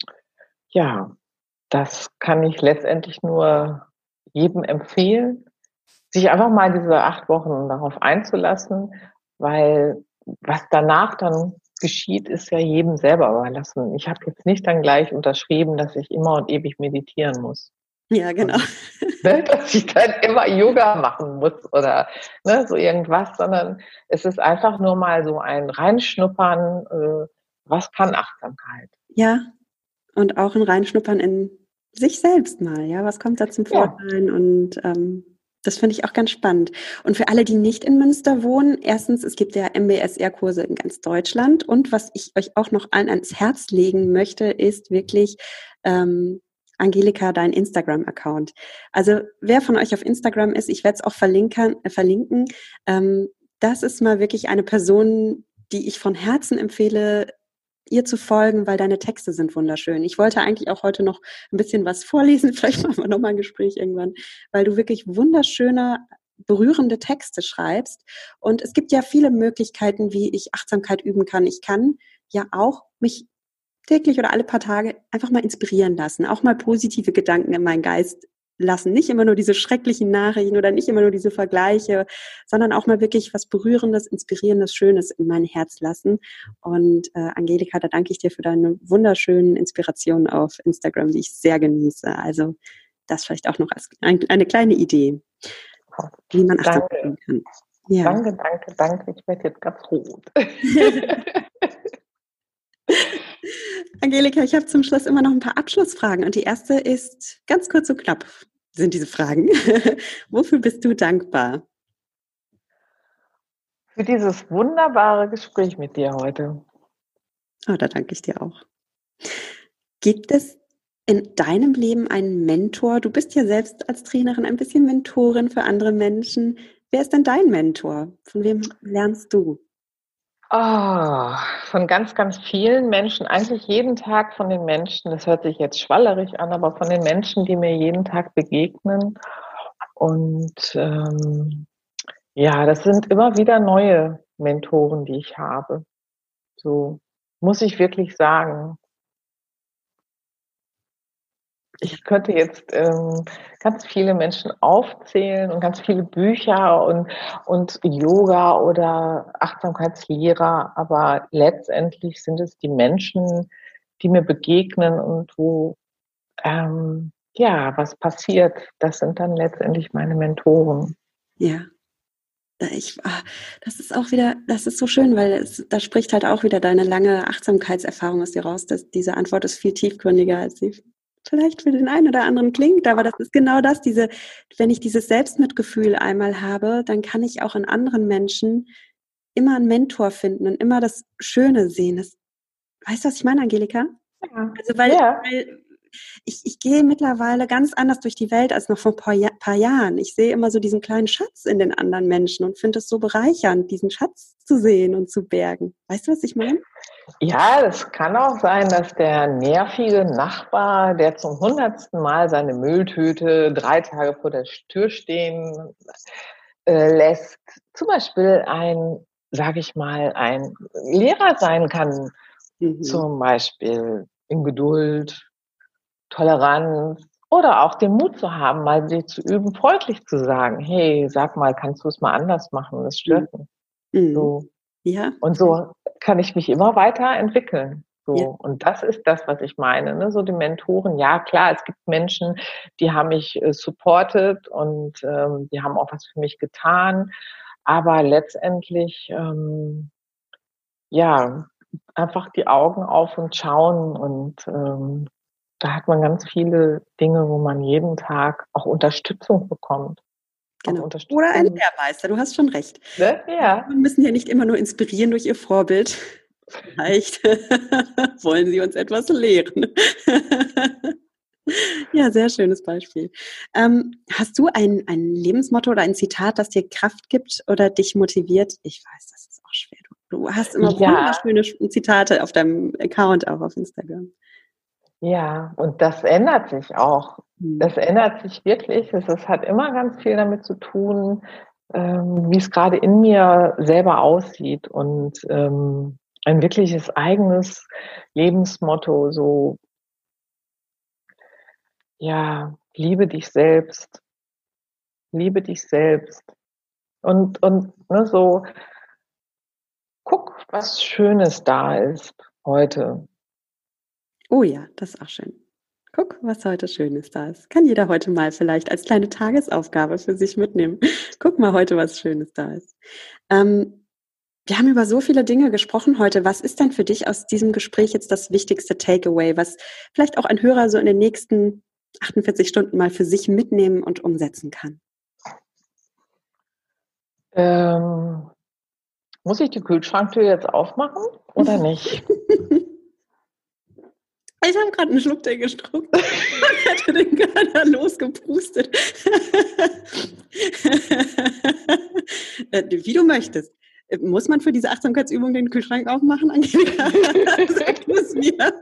S2: ja, das kann ich letztendlich nur jedem empfehlen, sich einfach mal diese acht Wochen darauf einzulassen, weil was danach dann geschieht, ist ja jedem selber überlassen. Ich habe jetzt nicht dann gleich unterschrieben, dass ich immer und ewig meditieren muss.
S1: Ja, genau.
S2: Und, ne, dass ich dann immer Yoga machen muss oder ne, so irgendwas, sondern es ist einfach nur mal so ein Reinschnuppern, äh, was kann Achtsamkeit?
S1: Ja, und auch ein Reinschnuppern in sich selbst mal, ja, was kommt da zum
S2: Ja,
S1: Vorschein und ähm, das finde ich auch ganz spannend. Und für alle, die nicht in Münster wohnen, erstens, es gibt ja M B S R-Kurse in ganz Deutschland und was ich euch auch noch allen ans Herz legen möchte, ist wirklich ähm, Angelika, dein Instagram-Account. Also wer von euch auf Instagram ist, ich werde es auch verlinken, äh, verlinken. Ähm, das ist mal wirklich eine Person, die ich von Herzen empfehle, ihr zu folgen, weil deine Texte sind wunderschön. Ich wollte eigentlich auch heute noch ein bisschen was vorlesen, vielleicht machen wir nochmal ein Gespräch irgendwann, weil du wirklich wunderschöne, berührende Texte schreibst. Und es gibt ja viele Möglichkeiten, wie ich Achtsamkeit üben kann. Ich kann ja auch mich täglich oder alle paar Tage einfach mal inspirieren lassen, auch mal positive Gedanken in meinen Geist lassen. Nicht immer nur diese schrecklichen Nachrichten oder nicht immer nur diese Vergleiche, sondern auch mal wirklich was Berührendes, Inspirierendes, Schönes in mein Herz lassen. Und äh, Angelika, da danke ich dir für deine wunderschönen Inspirationen auf Instagram, die ich sehr genieße. Also das vielleicht auch noch als ein, eine kleine Idee, wie man achtsam
S2: danke.
S1: sein kann. Ja.
S2: Danke, danke, danke. Ich werde jetzt ganz rot.
S1: Angelika, ich habe zum Schluss immer noch ein paar Abschlussfragen und die erste ist ganz kurz und knapp, sind diese Fragen. Wofür bist du dankbar?
S2: Für dieses wunderbare Gespräch mit dir heute.
S1: Oh, da danke ich dir auch. Gibt es in deinem Leben einen Mentor? Du bist ja selbst als Trainerin ein bisschen Mentorin für andere Menschen. Wer ist denn dein Mentor? Von wem lernst du?
S2: Oh, von ganz, ganz vielen Menschen, eigentlich jeden Tag von den Menschen, das hört sich jetzt schwallerig an, aber von den Menschen, die mir jeden Tag begegnen. Und ähm, ja, das sind immer wieder neue Mentoren, die ich habe. So muss ich wirklich sagen. Ich könnte jetzt ähm, ganz viele Menschen aufzählen und ganz viele Bücher und, und Yoga oder Achtsamkeitslehrer, aber letztendlich sind es die Menschen, die mir begegnen und wo ähm, ja was passiert. Das sind dann letztendlich meine Mentoren.
S1: Ja. Ich, ah, das ist auch wieder, das ist so schön, weil es, da spricht halt auch wieder deine lange Achtsamkeitserfahrung aus dir raus, dass diese Antwort ist viel tiefgründiger, als sie vielleicht für den einen oder anderen klingt, aber das ist genau das, diese, wenn ich dieses Selbstmitgefühl einmal habe, dann kann ich auch in anderen Menschen immer einen Mentor finden und immer das Schöne sehen. Das, weißt du, was ich meine, Angelika?
S2: Ja,
S1: Also weil,
S2: ja.
S1: weil ich, ich gehe mittlerweile ganz anders durch die Welt als noch vor ein paar, Jahr, paar Jahren. Ich sehe immer so diesen kleinen Schatz in den anderen Menschen und finde es so bereichernd, diesen Schatz zu sehen und zu bergen. Weißt du, was ich meine?
S2: Ja, es kann auch sein, dass der nervige Nachbar, der zum hundertsten Mal seine Mülltüte drei Tage vor der Tür stehen äh, lässt, zum Beispiel ein, sage ich mal, ein Lehrer sein kann,
S1: Mhm.
S2: zum Beispiel in Geduld, Toleranz oder auch den Mut zu haben, mal sie zu üben, freundlich zu sagen, hey, sag mal, kannst du es mal anders machen? Das
S1: Mhm.
S2: stört mich.
S1: Mhm.
S2: So.
S1: Ja,
S2: Und so kann ich mich immer weiter entwickeln.
S1: ja,
S2: So. Und das ist das, was ich meine. Ne? So die Mentoren. Ja, klar, es gibt Menschen, die haben mich äh, supportet und ähm, die haben auch was für mich getan. Aber letztendlich, ähm, ja, einfach die Augen auf und schauen. Und ähm, da hat man ganz viele Dinge, wo man jeden Tag auch Unterstützung bekommt. Auch
S1: genau. Oder ein
S2: Unterstützung.
S1: Lehrmeister, du hast schon recht.
S2: Ne?
S1: Wir
S2: Ja.
S1: müssen ja nicht immer nur inspirieren durch ihr Vorbild. Vielleicht wollen sie uns etwas lehren. Ja, sehr schönes Beispiel. Ähm, hast du ein, ein Lebensmotto oder ein Zitat, das dir Kraft gibt oder dich motiviert? Ich weiß, das ist auch schwer. Du, du hast immer
S2: Ja,
S1: wunderschöne Zitate auf deinem Account, auch auf Instagram.
S2: ja, und das ändert sich auch.
S1: Hm.
S2: Das ändert sich wirklich. Es, es hat immer ganz viel damit zu tun, ähm, wie es gerade in mir selber aussieht und ähm, ein wirkliches eigenes Lebensmotto, so, ja, liebe dich selbst, liebe dich selbst und, und ne, so, guck, was Schönes da ist heute.
S1: Oh ja, das ist auch schön. Guck, was heute Schönes da ist. Kann jeder heute mal vielleicht als kleine Tagesaufgabe für sich mitnehmen. Guck mal heute, was Schönes da ist. Ähm, Wir haben über so viele Dinge gesprochen heute. Was ist denn für dich aus diesem Gespräch jetzt das wichtigste Takeaway, was vielleicht auch ein Hörer so in den nächsten achtundvierzig Stunden mal für sich mitnehmen und umsetzen kann?
S2: Ähm, muss ich die Kühlschranktür jetzt aufmachen oder nicht?
S1: Ich habe gerade einen Schluck Tee getrunken und hätte den gerade losgepustet. Äh, Wie du möchtest. Äh, Muss man für diese Achtsamkeitsübung den Kühlschrank aufmachen, Angelika? Sag du es mir.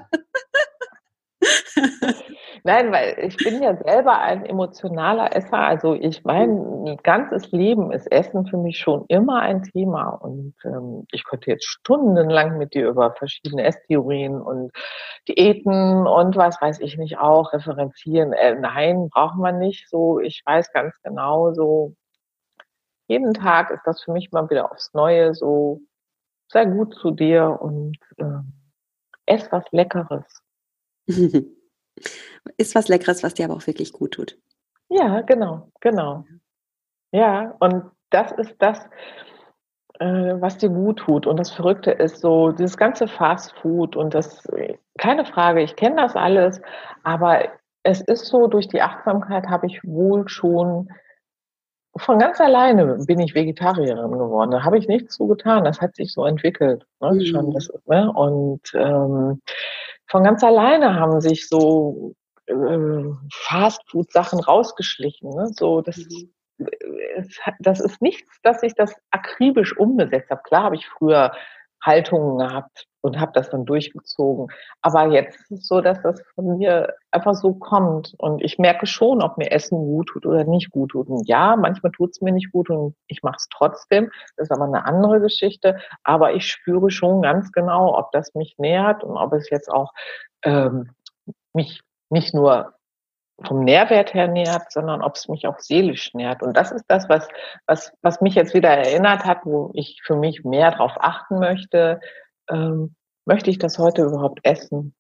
S2: Nein, weil ich bin ja selber ein emotionaler Esser. Also ich mein ganzes Leben ist Essen für mich schon immer ein Thema. Und ähm, ich könnte jetzt stundenlang mit dir über verschiedene Esstheorien und Diäten und was weiß ich nicht auch referenzieren. Äh, nein, braucht man nicht. So, ich weiß ganz genau, so jeden Tag ist das für mich mal wieder aufs Neue. So, sei gut zu dir und äh, ess was Leckeres.
S1: Ist was Leckeres, was dir aber auch wirklich gut tut.
S2: Ja, genau, genau. Ja, und das ist das, äh, was dir gut tut. Und das Verrückte ist so, dieses ganze Fast Food und das, keine Frage, ich kenne das alles, aber es ist so, durch die Achtsamkeit habe ich wohl schon von ganz alleine bin ich Vegetarierin geworden. Da habe ich nichts zu getan. Das hat sich so entwickelt, ne, schon
S1: Mhm.
S2: das, ne? Und, ähm, von ganz alleine haben sich so, äh, Fastfood-Sachen rausgeschlichen, ne? So, das
S1: Mhm.
S2: äh, es hat das ist nichts, dass ich das akribisch umgesetzt habe. Klar habe ich früher Haltungen gehabt und habe das dann durchgezogen. Aber jetzt ist es so, dass das von mir einfach so kommt. Und ich merke schon, ob mir Essen gut tut oder nicht gut tut. Und ja, manchmal tut es mir nicht gut und ich mache es trotzdem. Das ist aber eine andere Geschichte. Aber ich spüre schon ganz genau, ob das mich nährt und ob es jetzt auch ähm, mich nicht nur vom Nährwert her nährt, sondern ob es mich auch seelisch nährt. Und das ist das, was, was, was mich jetzt wieder erinnert hat, wo ich für mich mehr darauf achten möchte. Ähm, möchte ich das heute überhaupt essen?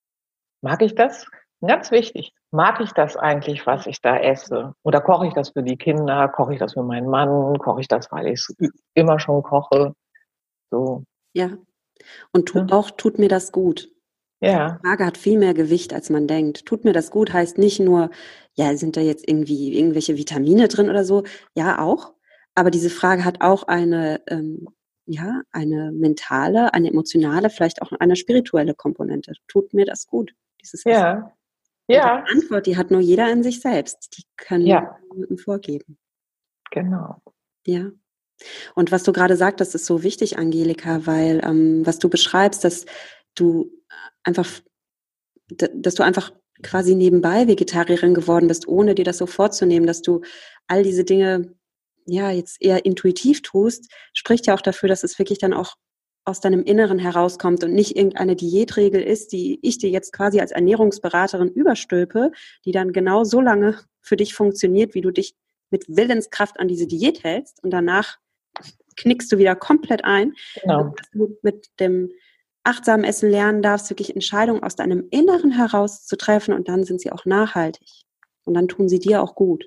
S2: Mag ich das? Ganz wichtig. Mag ich das eigentlich, was ich da esse? Oder koche ich das für die Kinder? Koche ich das für meinen Mann? Koche ich das, weil ich es immer schon koche? So.
S1: Ja. Und tu
S2: Ne?
S1: auch tut mir das gut.
S2: Ja,
S1: Die Frage hat viel mehr Gewicht, als man denkt. Tut mir das gut heißt nicht nur, ja, sind da jetzt irgendwie irgendwelche Vitamine drin oder so? Ja, auch. Aber diese Frage hat auch eine, ähm, ja, eine mentale, eine emotionale, vielleicht auch eine spirituelle Komponente. Tut mir das gut, dieses Essen?
S2: ja,
S1: Und die
S2: ja,
S1: Antwort, die hat nur jeder in sich selbst. Die können
S2: ja,
S1: niemandem vorgeben.
S2: genau.
S1: Ja. Und was du gerade sagtest, ist so wichtig, Angelika, weil ähm, was du beschreibst, dass du einfach, dass du einfach quasi nebenbei Vegetarierin geworden bist, ohne dir das so vorzunehmen, dass du all diese Dinge ja jetzt eher intuitiv tust, spricht ja auch dafür, dass es wirklich dann auch aus deinem Inneren herauskommt und nicht irgendeine Diätregel ist, die ich dir jetzt quasi als Ernährungsberaterin überstülpe, die dann genau so lange für dich funktioniert, wie du dich mit Willenskraft an diese Diät hältst und danach knickst du wieder komplett ein,
S2: Genau.
S1: dass du mit dem achtsamen Essen lernen darfst, wirklich Entscheidungen aus deinem Inneren heraus zu treffen und dann sind sie auch nachhaltig und dann tun sie dir auch gut.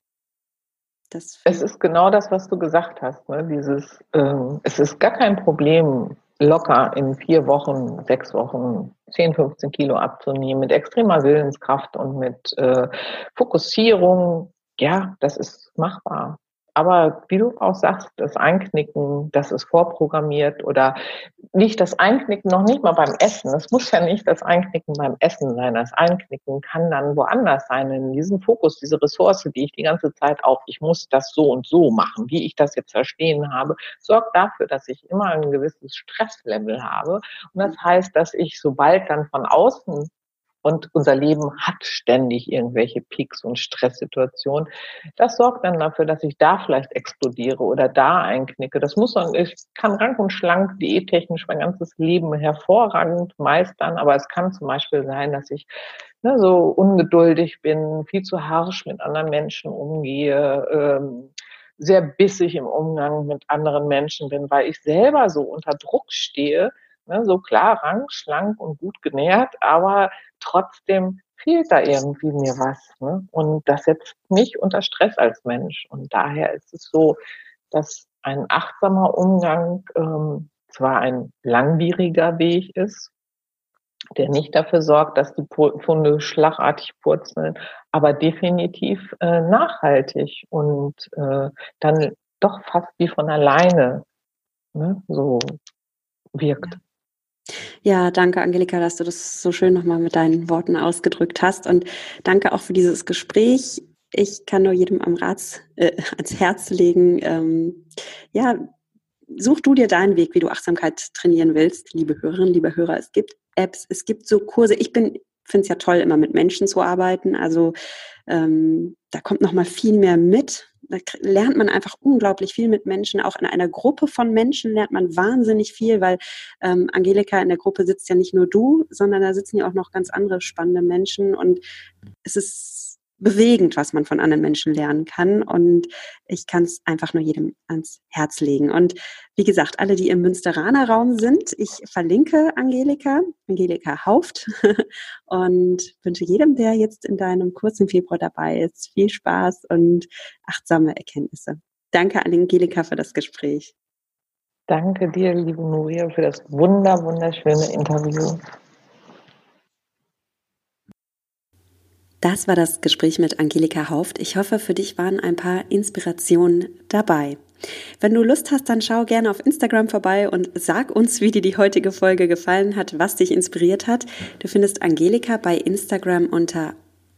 S1: Das
S2: Es
S1: finde
S2: ist genau das, was du gesagt hast, ne? Dieses, ähm, es ist gar kein Problem, locker in vier Wochen, sechs Wochen zehn, fünfzehn Kilo abzunehmen, mit extremer Willenskraft und mit äh, Fokussierung. Ja, das ist machbar. Aber wie du auch sagst, das Einknicken, das ist vorprogrammiert oder nicht das Einknicken, noch nicht mal beim Essen. Es muss ja nicht das Einknicken beim Essen sein. Das Einknicken kann dann woanders sein, in diesem Fokus, diese Ressource, die ich die ganze Zeit auf, ich muss das so und so machen, wie ich das jetzt verstehen habe, sorgt dafür, dass ich immer ein gewisses Stresslevel habe. Und das heißt, dass ich, sobald dann von außen, und unser Leben hat ständig irgendwelche Peaks und Stresssituationen. Das sorgt dann dafür, dass ich da vielleicht explodiere oder da einknicke. Das muss man, ich kann rank und schlank diättechnisch mein ganzes Leben hervorragend meistern, aber es kann zum Beispiel sein, dass ich ne, so ungeduldig bin, viel zu harsch mit anderen Menschen umgehe, ähm, sehr bissig im Umgang mit anderen Menschen bin, weil ich selber so unter Druck stehe, ne, so klar, rank, schlank und gut genährt, aber trotzdem fehlt da irgendwie mir was. Ne? Und das setzt mich unter Stress als Mensch. Und daher ist es so, dass ein achtsamer Umgang ähm, zwar ein langwieriger Weg ist, der nicht dafür sorgt, dass die Pfunde schlagartig purzeln, aber definitiv äh, nachhaltig und äh, dann doch fast wie von alleine ne, so wirkt.
S1: Ja, danke, Angelika, dass du das so schön nochmal mit deinen Worten ausgedrückt hast. Und danke auch für dieses Gespräch. Ich kann nur jedem am Rats, äh, ans Herz legen, ähm, ja, such du dir deinen Weg, wie du Achtsamkeit trainieren willst, liebe Hörerinnen, liebe Hörer. Es gibt Apps, es gibt so Kurse. Ich bin finde es ja toll, immer mit Menschen zu arbeiten. Also ähm, da kommt noch mal viel mehr mit. Da lernt man einfach unglaublich viel mit Menschen. Auch in einer Gruppe von Menschen lernt man wahnsinnig viel, weil ähm, Angelika, in der Gruppe sitzt ja nicht nur du, sondern da sitzen ja auch noch ganz andere spannende Menschen. Und es ist bewegend, was man von anderen Menschen lernen kann. Und ich kann es einfach nur jedem ans Herz legen. Und wie gesagt, alle, die im Münsteraner Raum sind, ich verlinke Angelika, Angelika Hauft und wünsche jedem, der jetzt in deinem Kurs im Februar dabei ist, viel Spaß und achtsame Erkenntnisse. Danke Angelika für das Gespräch.
S2: Danke dir, liebe Nuria, für das wunder, wunderschöne Interview.
S1: Das war das Gespräch mit Angelika Hauft. Ich hoffe, für dich waren ein paar Inspirationen dabei. Wenn du Lust hast, dann schau gerne auf Instagram vorbei und sag uns, wie dir die heutige Folge gefallen hat, was dich inspiriert hat. Du findest Angelika bei Instagram unter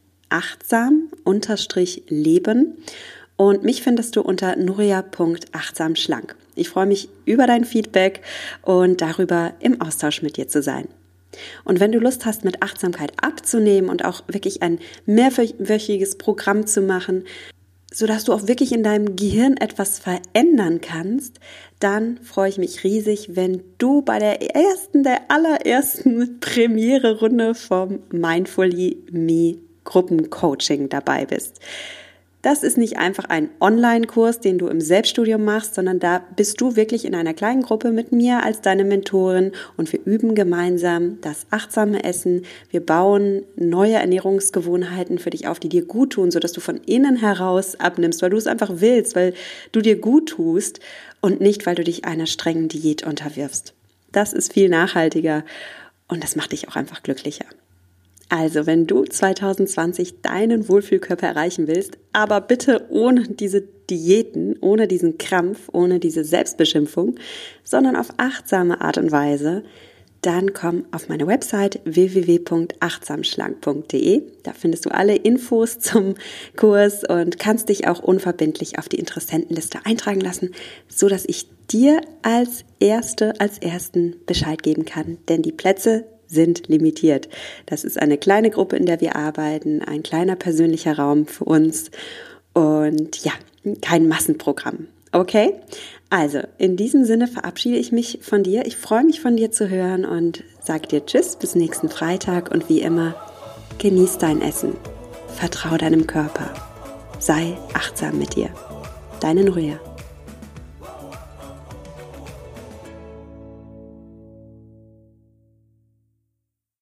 S1: achtsam-leben und mich findest du unter nuria punkt achtsam schlank. Ich freue mich über dein Feedback und darüber, im Austausch mit dir zu sein. Und wenn du Lust hast, mit Achtsamkeit abzunehmen und auch wirklich ein mehrwöchiges Programm zu machen, sodass du auch wirklich in deinem Gehirn etwas verändern kannst, dann freue ich mich riesig, wenn du bei der ersten, der allerersten Premiere-Runde vom Mindfully Me Gruppencoaching dabei bist. Das ist nicht einfach ein Online-Kurs, den du im Selbststudium machst, sondern da bist du wirklich in einer kleinen Gruppe mit mir als deine Mentorin und wir üben gemeinsam das achtsame Essen. Wir bauen neue Ernährungsgewohnheiten für dich auf, die dir gut tun, sodass du von innen heraus abnimmst, weil du es einfach willst, weil du dir gut tust und nicht, weil du dich einer strengen Diät unterwirfst. Das ist viel nachhaltiger und das macht dich auch einfach glücklicher. Also, wenn du zwanzig zwanzig deinen Wohlfühlkörper erreichen willst, aber bitte ohne diese Diäten, ohne diesen Krampf, ohne diese Selbstbeschimpfung, sondern auf achtsame Art und Weise, dann komm auf meine Website w w w punkt achtsamschlank punkt d e. Da findest du alle Infos zum Kurs und kannst dich auch unverbindlich auf die Interessentenliste eintragen lassen, so dass ich dir als Erste, als Ersten Bescheid geben kann, denn die Plätze sind limitiert. Das ist eine kleine Gruppe, in der wir arbeiten, ein kleiner persönlicher Raum für uns und ja, kein Massenprogramm. Okay? Also, in diesem Sinne verabschiede ich mich von dir. Ich freue mich, von dir zu hören und sage dir Tschüss, bis nächsten Freitag und wie immer, genieß dein Essen, vertrau deinem Körper, sei achtsam mit dir. Deine Nuria.